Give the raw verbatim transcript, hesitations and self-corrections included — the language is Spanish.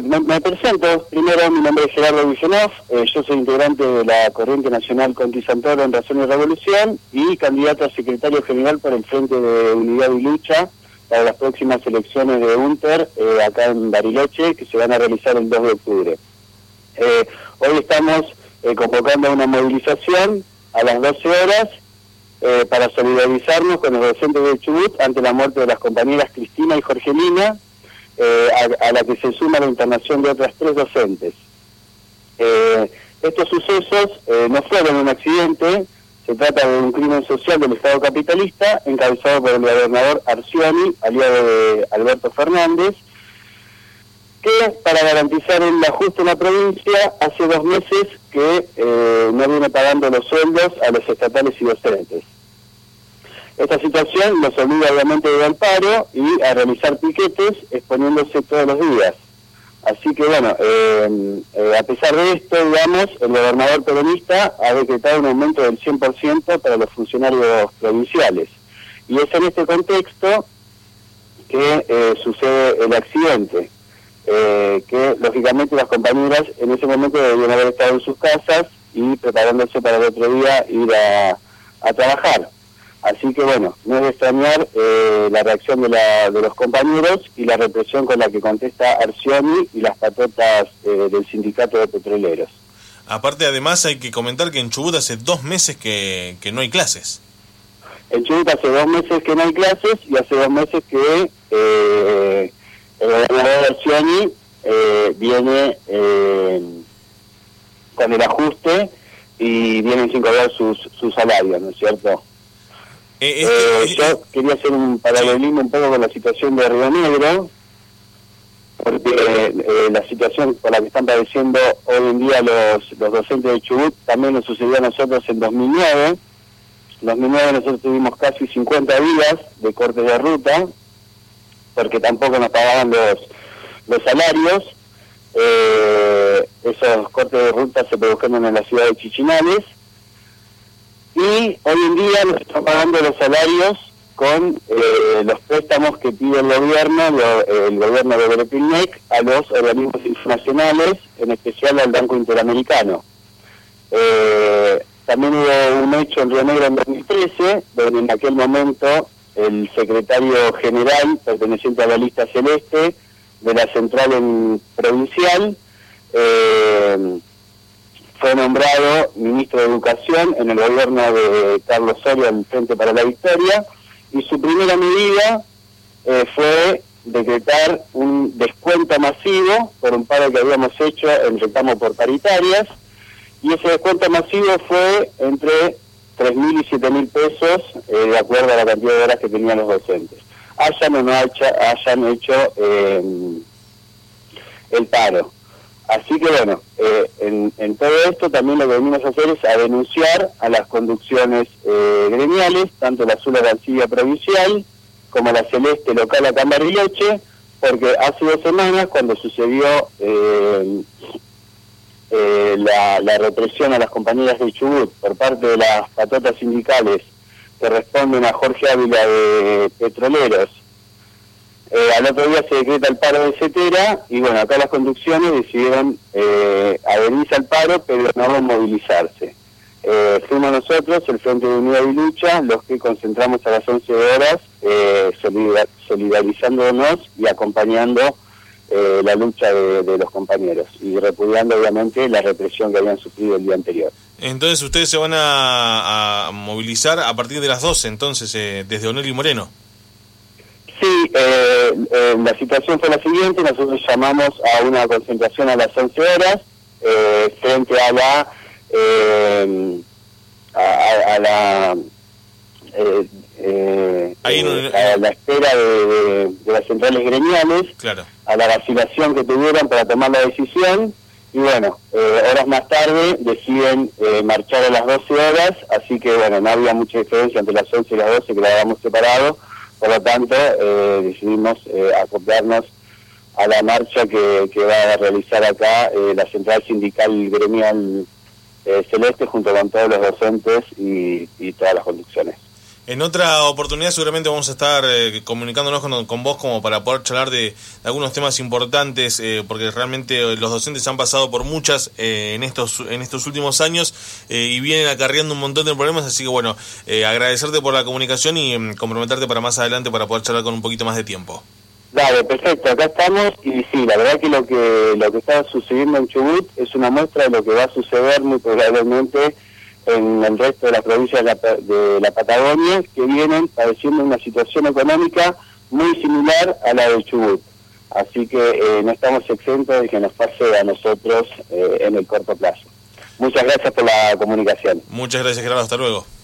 me, me presento. Primero, mi nombre es Gerardo Villenov, eh, yo soy integrante de la Corriente Nacional Conti Santoro en Razón y Revolución y candidato a secretario general por el Frente de Unidad y Lucha para las próximas elecciones de UNTER eh, acá en Bariloche, que se van a realizar el dos de octubre. Eh, hoy estamos eh, convocando una movilización a las doce horas eh, para solidarizarnos con los docentes de Chubut ante la muerte de las compañeras Cristina y Jorgelina, eh, a, a la que se suma la internación de otras tres docentes. Eh, estos sucesos eh, no fueron un accidente, se trata de un crimen social del Estado capitalista encabezado por el gobernador Arcioni, aliado de Alberto Fernández, que para garantizar la ajuste en la provincia hace dos meses que eh, no viene pagando los sueldos a los estatales y docentes. Esta situación los obliga obviamente a ir al paro y a realizar piquetes exponiéndose todos los días. Así que bueno, eh, eh, a pesar de esto, digamos, el gobernador peronista ha decretado un aumento del cien por ciento para los funcionarios provinciales. Y es en este contexto que eh, sucede el accidente. Eh, que lógicamente las compañeras en ese momento debían haber estado en sus casas y preparándose para el otro día ir a, a trabajar. Así que bueno, no es de extrañar eh, la reacción de, la, de los compañeros y la represión con la que contesta Arcioni y las patotas eh, del sindicato de petroleros. Aparte, además, hay que comentar que en Chubut hace dos meses que, que no hay clases. En Chubut hace dos meses que no hay clases y hace dos meses que eh, el gobernador Arcioni eh, viene eh, con el ajuste y vienen sin cobrar sus, sus salarios, ¿no es cierto? Eh, eh, este, yo quería hacer un paralelismo un poco con la situación de Río Negro, porque eh, la situación por la que están padeciendo hoy en día los, los docentes de Chubut también nos sucedió a nosotros en dos mil nueve. En dos mil nueve nosotros tuvimos casi cincuenta días de corte de ruta, porque tampoco nos pagaban los, los salarios. Eh, esos cortes de ruta se produjeron en la ciudad de Chichinales y hoy en día nos están pagando los salarios con eh, los préstamos que pide el gobierno, lo, el gobierno de Berepilnec, a los organismos internacionales, en especial al Banco Interamericano. Eh, también hubo un hecho en Río Negro en dos mil trece, donde en aquel momento el secretario general, perteneciente a la lista celeste, de la central en provincial, eh, fue nombrado ministro de Educación en el gobierno de Carlos Soria, en Frente para la Victoria, y su primera medida eh, fue decretar un descuento masivo por un paro que habíamos hecho en reclamo por paritarias, y ese descuento masivo fue entre tres mil y siete mil pesos, eh, de acuerdo a la cantidad de horas que tenían los docentes. Hayan o no hacha, hayan hecho eh, el paro. Así que bueno, eh, en, en todo esto también lo que venimos a hacer es a denunciar a las conducciones eh, gremiales, tanto la Azul Arancibia provincial como la Celeste local acá en Bariloche, porque hace dos semanas cuando sucedió eh, eh, la, la represión a las compañeras de Chubut por parte de las patotas sindicales que responden a Jorge Ávila de Petroleros, Eh, al otro día se decreta el paro de Cetera y bueno, acá las conducciones decidieron eh, adherirse al paro pero no movilizarse. Eh, fuimos nosotros, el Frente de Unidad y Lucha, los que concentramos a las once horas eh, solidar solidarizándonos y acompañando eh, la lucha de, de los compañeros y repudiando obviamente la represión que habían sufrido el día anterior. Entonces ustedes se van a, a movilizar a partir de las doce, entonces, eh, desde O'Neill y Moreno. Sí, eh, eh, la situación fue la siguiente, nosotros llamamos a una concentración a las once horas, eh, frente a la eh, a, a la eh, eh, Ahí no, eh, a la espera de, de, de las centrales gremiales, claro, a la vacilación que tuvieron para tomar la decisión, y bueno, eh, horas más tarde deciden eh, marchar a las doce horas, así que bueno, no había mucha diferencia entre las once y las doce que la habíamos separado. Por lo tanto, eh, decidimos eh, acoplarnos a la marcha que, que va a realizar acá eh, la Central Sindical Gremial eh, Celeste junto con todos los docentes y, y todas las conducciones. En otra oportunidad seguramente vamos a estar eh, comunicándonos con, con vos como para poder charlar de, de algunos temas importantes, eh, porque realmente los docentes han pasado por muchas eh, en estos en estos últimos años eh, y vienen acarreando un montón de problemas, así que bueno, eh, agradecerte por la comunicación y eh, comprometerte para más adelante para poder charlar con un poquito más de tiempo. Dale, perfecto, acá estamos y sí, la verdad que lo que lo que está sucediendo en Chubut es una muestra de lo que va a suceder muy probablemente en el resto de las provincias de la, de la Patagonia, que vienen padeciendo una situación económica muy similar a la de Chubut. Así que eh, no estamos exentos de que nos pase a nosotros eh, en el corto plazo. Muchas gracias por la comunicación. Muchas gracias, Gerardo, hasta luego.